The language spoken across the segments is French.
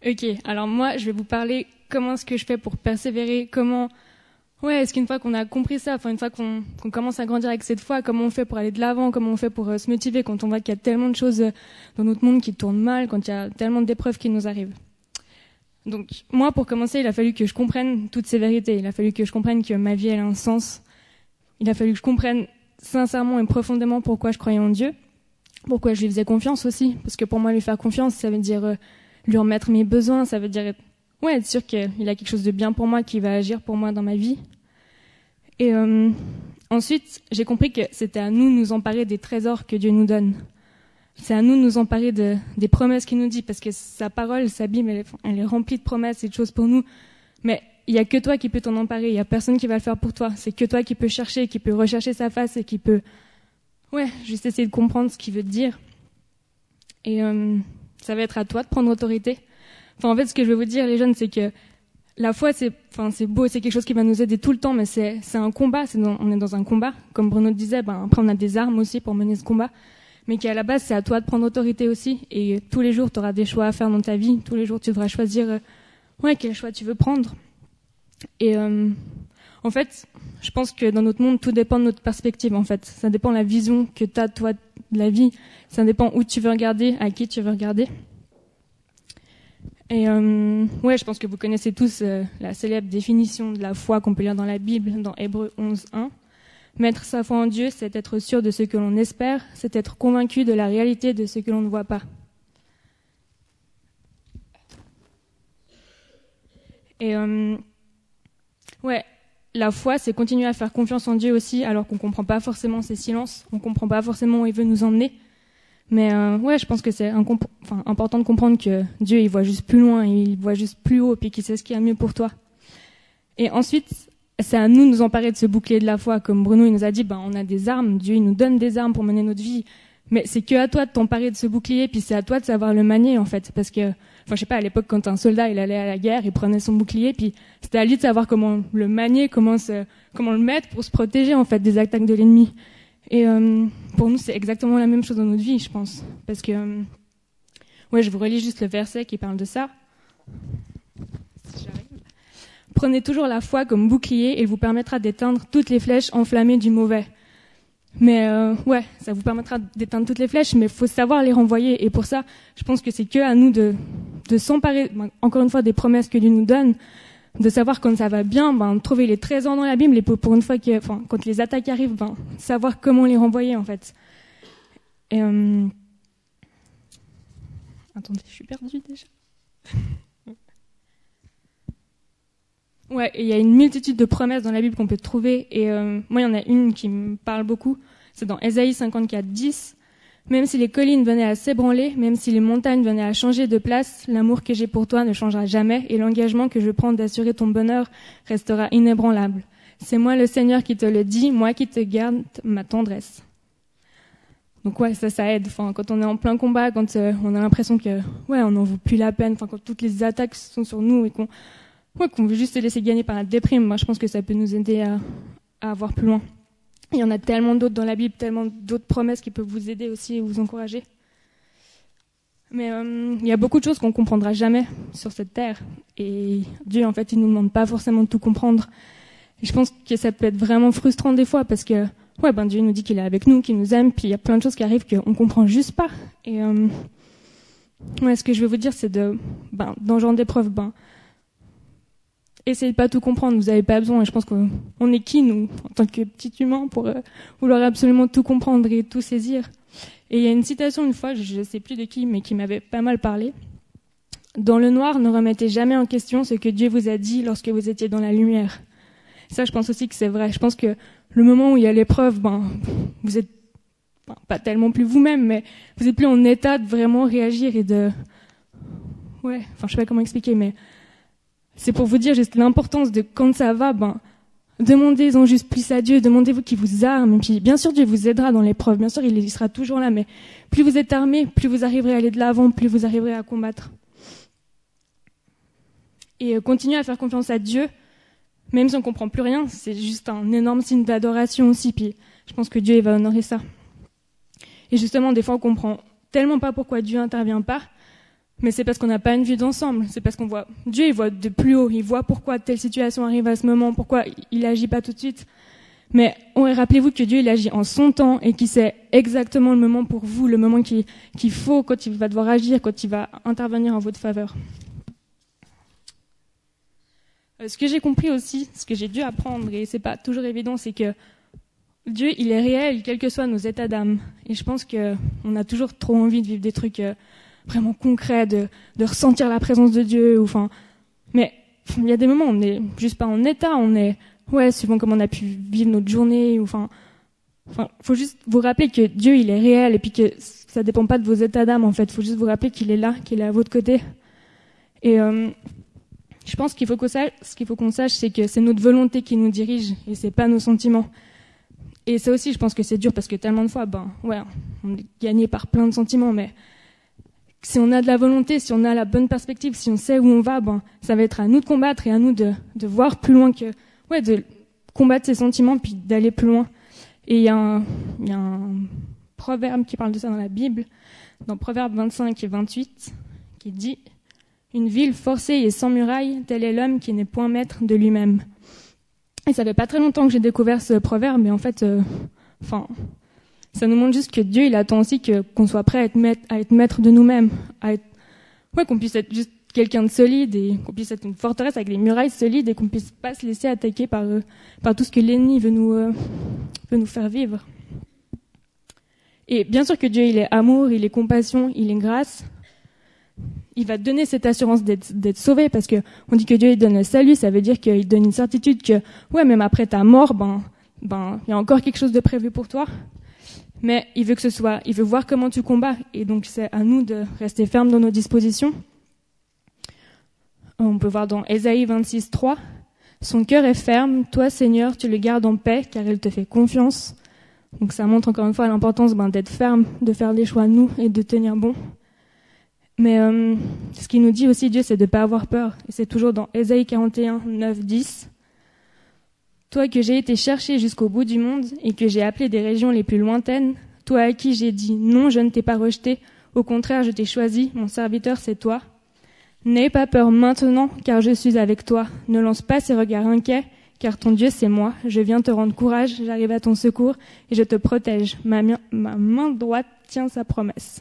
Ok, alors moi, je vais vous parler comment est-ce que je fais pour persévérer, est-ce qu'une fois qu'on a compris ça, une fois qu'on commence à grandir avec cette foi, comment on fait pour aller de l'avant, comment on fait pour se motiver quand on voit qu'il y a tellement de choses dans notre monde qui tournent mal, quand il y a tellement d'épreuves qui nous arrivent. Donc moi, pour commencer, il a fallu que je comprenne toutes ces vérités, il a fallu que je comprenne que ma vie elle a un sens, il a fallu que je comprenne sincèrement et profondément pourquoi je croyais en Dieu, pourquoi je lui faisais confiance aussi, parce que pour moi, lui faire confiance, ça veut dire lui remettre mes besoins, ça veut dire être sûr qu'il a quelque chose de bien pour moi, qui va agir pour moi dans ma vie. Et ensuite, j'ai compris que c'était à nous de nous emparer des trésors que Dieu nous donne. C'est à nous de nous emparer des promesses qu'il nous dit, parce que sa parole, sa Bible, elle est remplie de promesses et de choses pour nous. Mais il n'y a que toi qui peux t'en emparer, il n'y a personne qui va le faire pour toi. C'est que toi qui peux chercher, qui peut rechercher sa face et qui peut juste essayer de comprendre ce qu'il veut te dire. Et ça va être à toi de prendre autorité. En fait, ce que je veux vous dire, les jeunes, c'est que la foi, c'est beau, c'est quelque chose qui va nous aider tout le temps, mais c'est un combat, on est dans un combat. Comme Bruno disait, après on a des armes aussi pour mener ce combat, mais qu'à la base, c'est à toi de prendre autorité aussi. Et tous les jours, tu auras des choix à faire dans ta vie. Tous les jours, tu devras choisir quel choix tu veux prendre. Et en fait, je pense que dans notre monde, tout dépend de notre perspective, en fait. Ça dépend de la vision que tu as, toi, de la vie. Ça dépend où tu veux regarder, à qui tu veux regarder. Et je pense que vous connaissez tous la célèbre définition de la foi qu'on peut lire dans la Bible, dans Hébreux 11:1. Mettre sa foi en Dieu, c'est être sûr de ce que l'on espère, c'est être convaincu de la réalité de ce que l'on ne voit pas. Et la foi, c'est continuer à faire confiance en Dieu aussi, alors qu'on comprend pas forcément ses silences, on comprend pas forcément où il veut nous emmener. Mais je pense que c'est important de comprendre que Dieu, il voit juste plus loin, il voit juste plus haut, puis qu'il sait ce qu'il y a mieux pour toi. Et ensuite, c'est à nous de nous emparer de ce bouclier de la foi. Comme Bruno, il nous a dit, on a des armes, Dieu, il nous donne des armes pour mener notre vie. Mais c'est que à toi de t'emparer de ce bouclier, puis c'est à toi de savoir le manier, en fait. Parce que, je sais pas, à l'époque, quand un soldat, il allait à la guerre, il prenait son bouclier, puis c'était à lui de savoir comment le manier, comment le mettre pour se protéger, en fait, des attaques de l'ennemi. Et pour nous, c'est exactement la même chose dans notre vie, je pense. Parce que, je vous relis juste le verset qui parle de ça. Si j'arrive. Prenez toujours la foi comme bouclier, et vous permettra d'éteindre toutes les flèches enflammées du mauvais. Mais ça vous permettra d'éteindre toutes les flèches, mais il faut savoir les renvoyer. Et pour ça, je pense que c'est que à nous de s'emparer, encore une fois, des promesses que Dieu nous donne, de savoir quand ça va bien, de trouver les trésors dans la Bible, et pour une fois quand les attaques arrivent, savoir comment les renvoyer, en fait. Et attendez, je suis perdue déjà. Il y a une multitude de promesses dans la Bible qu'on peut trouver, et moi, il y en a une qui me parle beaucoup. C'est dans Ésaïe 54:10. Même si les collines venaient à s'ébranler, même si les montagnes venaient à changer de place, l'amour que j'ai pour toi ne changera jamais et l'engagement que je prends d'assurer ton bonheur restera inébranlable. C'est moi le Seigneur qui te le dit, moi qui te garde ma tendresse. Donc ça aide. Quand on est en plein combat, quand on a l'impression que on n'en vaut plus la peine, quand toutes les attaques sont sur nous et qu'on veut juste se laisser gagner par la déprime, moi je pense que ça peut nous aider à avoir plus loin. Il y en a tellement d'autres dans la Bible, tellement d'autres promesses qui peuvent vous aider aussi et vous encourager. Mais il y a beaucoup de choses qu'on ne comprendra jamais sur cette terre. Et Dieu, en fait, il ne nous demande pas forcément de tout comprendre. Et je pense que ça peut être vraiment frustrant des fois parce que Dieu nous dit qu'il est avec nous, qu'il nous aime, puis il y a plein de choses qui arrivent qu'on ne comprend juste pas. Et ce que je veux vous dire, c'est dans le genre d'épreuve, essayez de pas tout comprendre, vous n'avez pas besoin. Et je pense qu'on est qui, nous, en tant que petit humain, pour vouloir absolument tout comprendre et tout saisir. Et il y a une citation une fois, je ne sais plus de qui, mais qui m'avait pas mal parlé. Dans le noir, ne remettez jamais en question ce que Dieu vous a dit lorsque vous étiez dans la lumière. Ça, je pense aussi que c'est vrai. Je pense que le moment où il y a l'épreuve, vous êtes pas tellement plus vous-même, mais vous êtes plus en état de vraiment réagir et de... je sais pas comment expliquer, mais c'est pour vous dire juste l'importance de quand ça va, demandez-en juste plus à Dieu, demandez-vous qu'il vous arme, et puis bien sûr Dieu vous aidera dans l'épreuve, bien sûr il sera toujours là, mais plus vous êtes armés, plus vous arriverez à aller de l'avant, plus vous arriverez à combattre. Et continuez à faire confiance à Dieu, même si on comprend plus rien, c'est juste un énorme signe d'adoration aussi, puis je pense que Dieu il va honorer ça. Et justement, des fois on comprend tellement pas pourquoi Dieu intervient pas, Mais c'est parce qu'on n'a pas une vue d'ensemble. C'est parce qu'on voit Dieu, il voit de plus haut. Il voit pourquoi telle situation arrive à ce moment, pourquoi il agit pas tout de suite. Mais rappelez-vous que Dieu, il agit en son temps et qu'il sait exactement le moment pour vous, le moment qu'il faut quand il va devoir agir, quand il va intervenir en votre faveur. Ce que j'ai compris aussi, ce que j'ai dû apprendre, et c'est pas toujours évident, c'est que Dieu, il est réel, quels que soient nos états d'âme. Et je pense qu'on a toujours trop envie de vivre des trucs vraiment concrets, de ressentir la présence de Dieu. Mais il y a des moments où on n'est juste pas en état, on est, suivant comment on a pu vivre notre journée. Faut juste vous rappeler que Dieu, il est réel et puis que ça dépend pas de vos états d'âme, en fait. Faut juste vous rappeler qu'il est là, qu'il est à votre côté. Et je pense ce qu'il faut qu'on sache, c'est que c'est notre volonté qui nous dirige et c'est pas nos sentiments. Et ça aussi, je pense que c'est dur parce que tellement de fois, on est gagné par plein de sentiments, mais si on a de la volonté, si on a la bonne perspective, si on sait où on va, ça va être à nous de combattre et à nous de voir plus loin de combattre ces sentiments puis d'aller plus loin. Et il y a un proverbe qui parle de ça dans la Bible, dans Proverbe 25 et 28, qui dit « Une ville forcée et sans muraille, tel est l'homme qui n'est point maître de lui-même. » Et ça fait pas très longtemps que j'ai découvert ce proverbe, mais en fait, ça nous montre juste que Dieu, il attend aussi qu'on soit prêt à être maître de nous-mêmes, qu'on puisse être juste quelqu'un de solide et qu'on puisse être une forteresse avec des murailles solides et qu'on puisse pas se laisser attaquer par tout ce que l'ennemi veut nous faire vivre. Et bien sûr que Dieu, il est amour, il est compassion, il est grâce. Il va donner cette assurance d'être sauvé parce que on dit que Dieu il donne le salut, ça veut dire qu'il donne une certitude que même après ta mort, il y a encore quelque chose de prévu pour toi. Mais il veut voir comment tu combats et donc c'est à nous de rester fermes dans nos dispositions. On peut voir dans Ésaïe 26, 3, son cœur est ferme, toi Seigneur, tu le gardes en paix car il te fait confiance. Donc ça montre encore une fois l'importance d'être ferme, de faire les choix nous et de tenir bon. Mais ce qu'il nous dit aussi, Dieu, c'est de ne pas avoir peur. Et c'est toujours dans Ésaïe 41, 9, 10. Toi que j'ai été chercher jusqu'au bout du monde et que j'ai appelé des régions les plus lointaines, toi à qui j'ai dit non, je ne t'ai pas rejeté, au contraire, je t'ai choisi, mon serviteur, c'est toi. N'aie pas peur maintenant, car je suis avec toi. Ne lance pas ces regards inquiets, car ton Dieu, c'est moi. Je viens te rendre courage, j'arrive à ton secours et je te protège. Ma main droite tient sa promesse.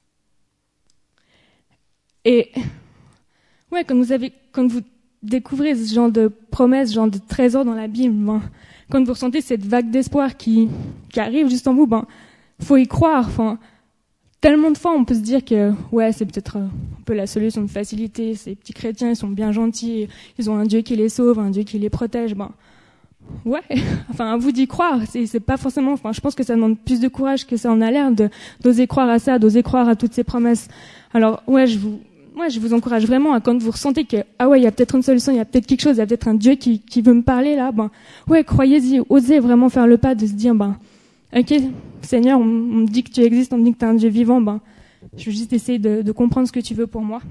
Et quand vous découvrez ce genre de promesses, ce genre de trésors dans la Bible, quand vous ressentez cette vague d'espoir qui arrive juste en vous, faut y croire. Tellement de fois on peut se dire que c'est peut-être un peu la solution de facilité. Ces petits chrétiens, ils sont bien gentils, ils ont un Dieu qui les sauve, un Dieu qui les protège. À vous d'y croire. C'est pas forcément. Je pense que ça demande plus de courage que ça en a l'air d'oser croire à ça, d'oser croire à toutes ces promesses. Alors je vous encourage vraiment à quand vous ressentez que il y a peut-être une solution, il y a peut-être quelque chose, il y a peut-être un Dieu qui veut me parler là. Croyez-y, osez vraiment faire le pas de se dire ok Seigneur, on me dit que tu existes, on me dit que tu es un Dieu vivant. Je veux juste essayer de comprendre ce que tu veux pour moi.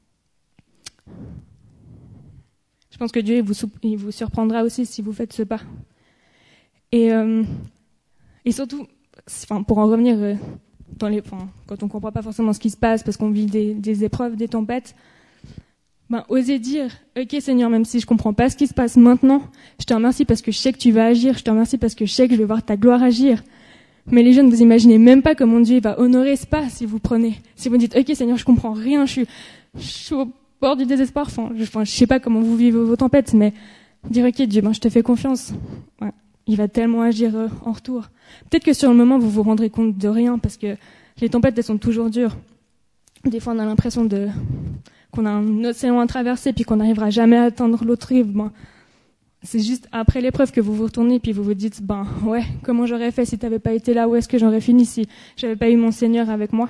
Je pense que Dieu il vous surprendra aussi si vous faites ce pas. Et surtout, pour en revenir quand on comprend pas forcément ce qui se passe parce qu'on vit des épreuves, des tempêtes, osez dire ok Seigneur, même si je comprends pas ce qui se passe maintenant, je te remercie parce que je sais que tu vas agir, je te remercie parce que je sais que je vais voir ta gloire agir. Mais les jeunes, vous imaginez même pas comment Dieu va honorer ce pas si vous dites ok Seigneur, je comprends rien, je suis au bord du désespoir, je sais pas comment vous vivez vos tempêtes, mais dire ok Dieu, je te fais confiance. Il va tellement agir en retour. Peut-être que sur le moment, vous vous rendrez compte de rien, parce que les tempêtes, elles sont toujours dures. Des fois, on a l'impression qu'on a un océan à traverser, puis qu'on n'arrivera jamais à atteindre l'autre rive. C'est juste après l'épreuve que vous vous retournez, puis vous vous dites, comment j'aurais fait si t'avais pas été là, où est-ce que j'aurais fini si j'avais pas eu mon Seigneur avec moi?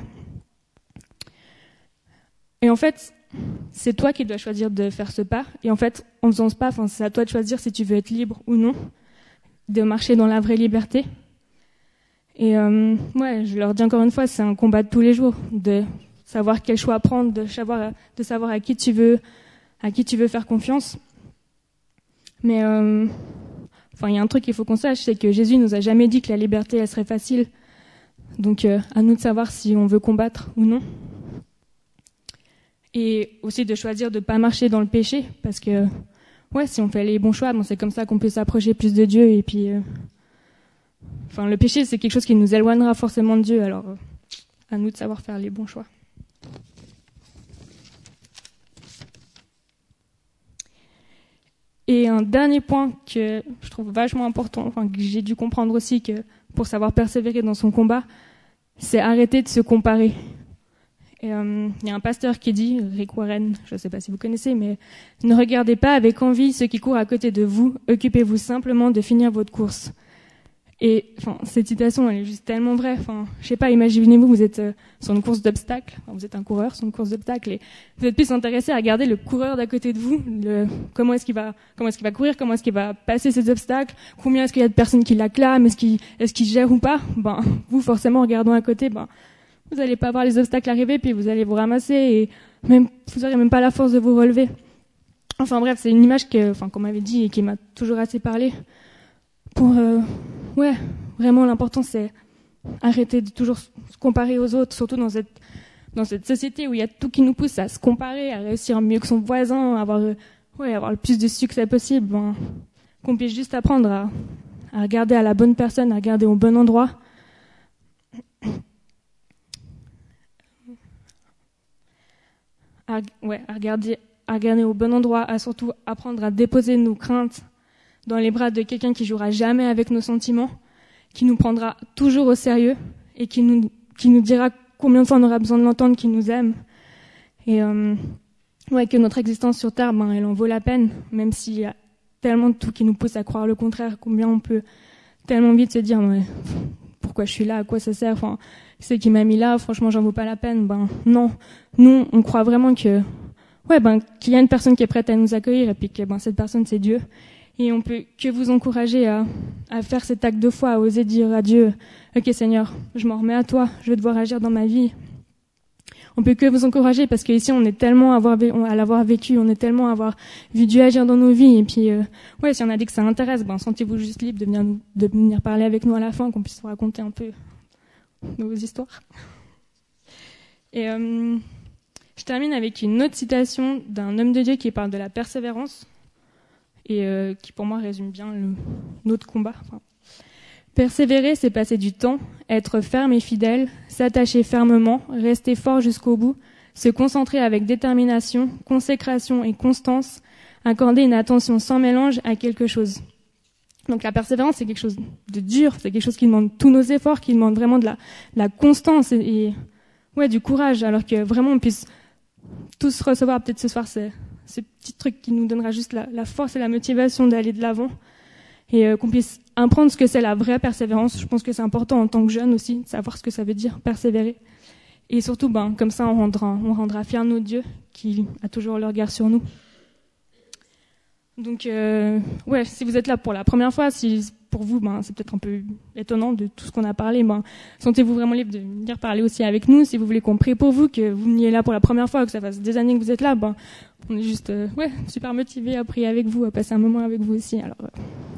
Et en fait, c'est toi qui dois choisir de faire ce pas. Et en fait, en faisant ce pas, c'est à toi de choisir si tu veux être libre ou non, de marcher dans la vraie liberté. Et je leur dis encore une fois, c'est un combat de tous les jours, de savoir quel choix prendre, de savoir à qui tu veux faire confiance. Mais il y a un truc qu'il faut qu'on sache, c'est que Jésus nous a jamais dit que la liberté elle serait facile. Donc à nous de savoir si on veut combattre ou non. Et aussi de choisir de pas marcher dans le péché, parce que ouais, si on fait les bons choix, c'est comme ça qu'on peut s'approcher plus de Dieu. Et puis, le péché, c'est quelque chose qui nous éloignera forcément de Dieu. Alors, à nous de savoir faire les bons choix. Et un dernier point que je trouve vachement important, que j'ai dû comprendre aussi, que pour savoir persévérer dans son combat, c'est arrêter de se comparer. Et y a un pasteur qui dit, Rick Warren, je ne sais pas si vous connaissez, mais ne regardez pas avec envie ceux qui courent à côté de vous, occupez-vous simplement de finir votre course. Et cette citation, elle est juste tellement vraie. Je sais pas, imaginez-vous, vous êtes sur une course d'obstacles, vous êtes un coureur sur une course d'obstacles, et vous êtes plus intéressé à regarder le coureur d'à côté de vous, comment est-ce qu'il va courir, comment est-ce qu'il va passer ces obstacles, combien est-ce qu'il y a de personnes qui l'acclament, est-ce qu'il gère ou pas. Vous forcément, regardant à côté, vous n'allez pas voir les obstacles arriver, puis vous allez vous ramasser, et même vous n'aurez même pas la force de vous relever. Bref, c'est une image qu'on m'avait dit et qui m'a toujours assez parlé. Pour vraiment l'important c'est arrêter de toujours se comparer aux autres, surtout dans cette société où il y a tout qui nous pousse à se comparer, à réussir mieux que son voisin, avoir le plus de succès possible. Qu'on puisse juste apprendre à regarder à la bonne personne, à regarder au bon endroit. À regarder au bon endroit, à surtout apprendre à déposer nos craintes dans les bras de quelqu'un qui jouera jamais avec nos sentiments, qui nous prendra toujours au sérieux et qui nous dira combien de fois on aura besoin de l'entendre, qu'il nous aime. Et que notre existence sur Terre, elle en vaut la peine, même s'il y a tellement de tout qui nous pousse à croire le contraire, combien on peut tellement vite se dire pourquoi je suis là, à quoi ça sert, c'est qui m'a mis là, franchement j'en vaut pas la peine. Non, nous on croit vraiment que qu'il y a une personne qui est prête à nous accueillir et puis que cette personne c'est Dieu. Et on peut que vous encourager à faire cet acte de foi, à oser dire à Dieu, ok Seigneur, je m'en remets à toi, je veux devoir agir dans ma vie. On peut que vous encourager parce qu'ici on est tellement à l'avoir vécu, on est tellement à avoir vu Dieu agir dans nos vies. Et puis si on a dit que ça l'intéresse, sentez-vous juste libre de venir parler avec nous à la fin, qu'on puisse vous raconter un peu nos histoires. Et je termine avec une autre citation d'un homme de Dieu qui parle de la persévérance. Et qui pour moi résume bien notre combat. Persévérer, c'est passer du temps, être ferme et fidèle, s'attacher fermement, rester fort jusqu'au bout, se concentrer avec détermination, consécration et constance, accorder une attention sans mélange à quelque chose. Donc la persévérance, c'est quelque chose de dur, c'est quelque chose qui demande tous nos efforts, qui demande vraiment de la constance et du courage, alors que vraiment on puisse tous recevoir peut-être ce soir ce petit truc qui nous donnera juste la force et la motivation d'aller de l'avant et qu'on puisse apprendre ce que c'est la vraie persévérance. Je pense que c'est important en tant que jeune aussi de savoir ce que ça veut dire persévérer et surtout comme ça on rendra fiers notre Dieu qui a toujours le regard sur nous. Donc si vous êtes là pour la première fois, si pour vous c'est peut-être un peu étonnant de tout ce qu'on a parlé, sentez-vous vraiment libre de venir parler aussi avec nous. Si vous voulez qu'on prie pour vous, que vous veniez là pour la première fois, que ça fasse des années que vous êtes là, on est juste super motivés à prier avec vous, à passer un moment avec vous aussi. Alors